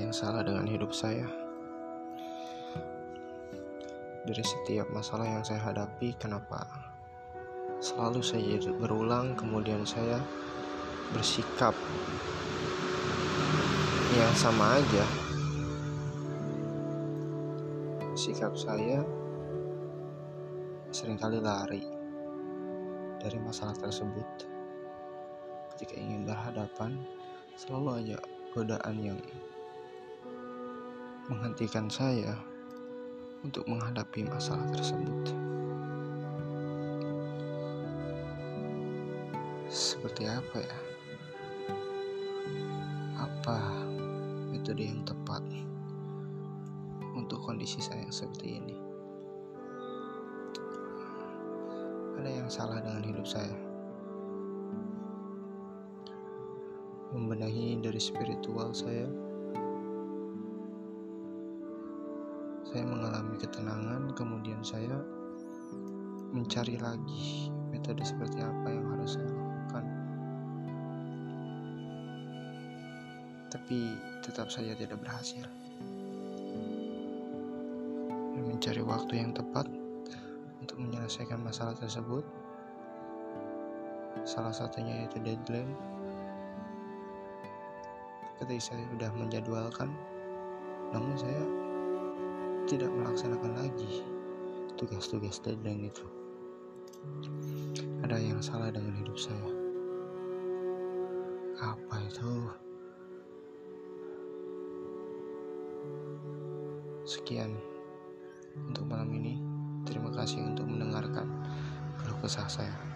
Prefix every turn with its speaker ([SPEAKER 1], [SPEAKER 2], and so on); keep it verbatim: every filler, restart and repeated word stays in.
[SPEAKER 1] yang salah dengan hidup saya? Dari setiap masalah yang saya hadapi, kenapa selalu saya berulang, kemudian saya bersikap yang sama aja. Sikap saya seringkali lari dari masalah tersebut. Ketika ingin berhadapan, selalu aja godaan yang menghentikan saya untuk menghadapi masalah tersebut. Seperti apa ya? Apa metode yang tepat untuk kondisi saya yang seperti ini? Ada yang salah dengan hidup saya? Membenahi dari spiritual saya, saya mengalami ketenangan, kemudian saya mencari lagi metode seperti apa yang harus saya lakukan. Tapi tetap saja tidak berhasil. Mencari waktu yang tepat untuk menyelesaikan masalah tersebut, salah satunya yaitu deadline. Ketika saya sudah menjadwalkan, namun saya tidak melaksanakan lagi tugas-tugas deadline itu. Ada yang salah dengan hidup saya. Apa itu? Sekian untuk malam ini. Terima kasih untuk mendengarkan keluh kesah saya.